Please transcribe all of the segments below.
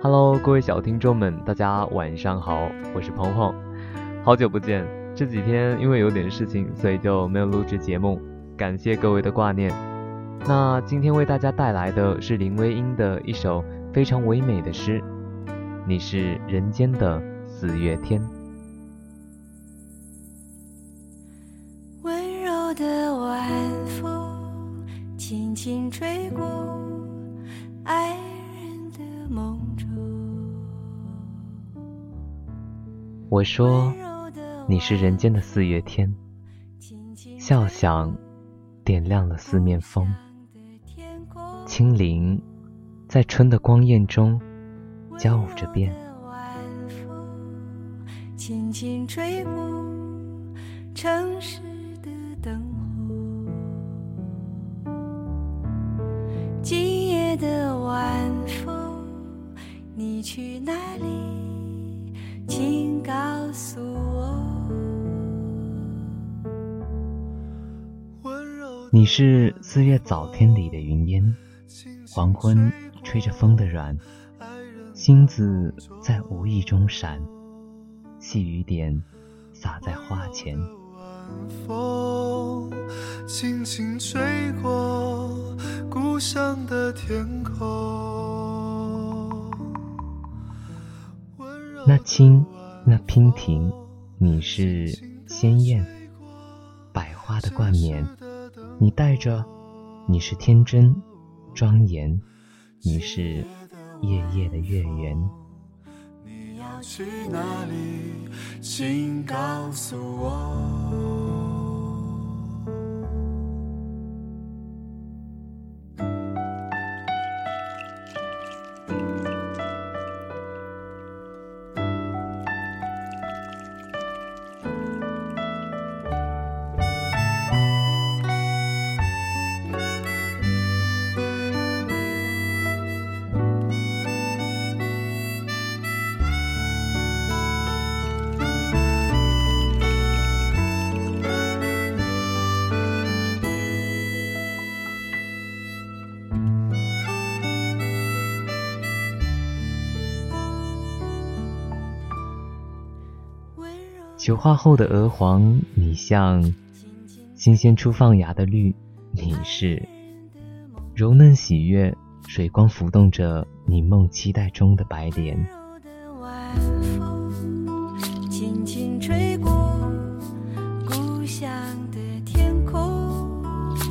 Hello， 各位小听众们，大家晚上好，我是鹏鹏，好久不见。这几天因为有点事情，所以就没有录制节目，感谢各位的挂念。那今天为大家带来的是林徽因的一首非常唯美的诗，你是人间的四月天。 温柔的晚风轻轻吹过爱人的梦中， 我说你是人间的四月天，笑响点亮了四面风，轻灵在春的光艳中交舞着变， 轻轻吹过城市的灯火。今夜的晚风，你去哪里？请告诉我。 你是四月早天里的云烟，黄昏吹着风的软，星子在无意中闪，细雨点洒在花前。 风轻轻吹过故乡的天空， 那轻那娉婷，你是鲜艳百花的冠冕，你带着，你是天真庄严，你是夜夜的月圆。 你要去哪里？请告诉我。 球化后的鹅黄，你像新鲜初放芽的绿，你是柔嫩喜悦，水光浮动着你梦期待中的白莲。 轻轻吹过故乡的天空，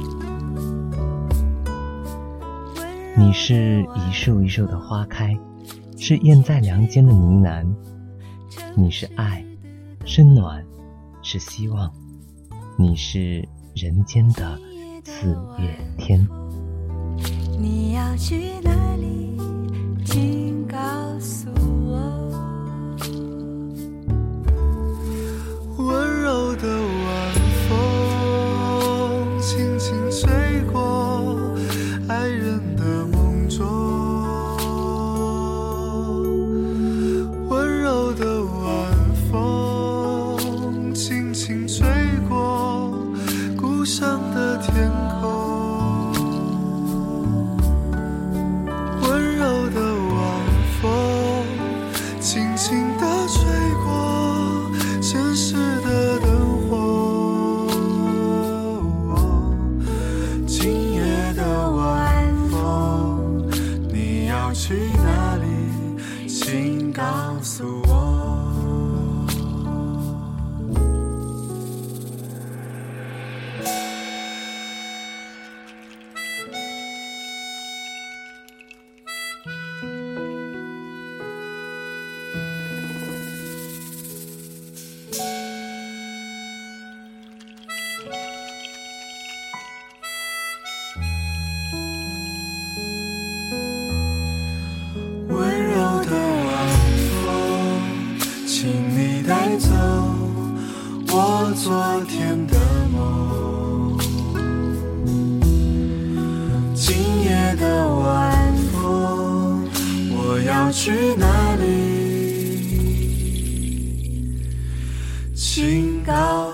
你是一树一树的花开，是燕在梁间的呢喃，你是爱，是暖，是希望，你是人间的四月天。 你要去哪里？请告诉我。 温柔的晚风轻轻吹过爱人的梦中，温柔的晚风轻轻吹过故乡的天空，温柔的晚风轻轻地吹过城市的灯火。今夜的晚风，你要去哪里？请告诉我。温柔的晚风，请你带走我昨天的梦。今夜的晚风，我要去哪里？请告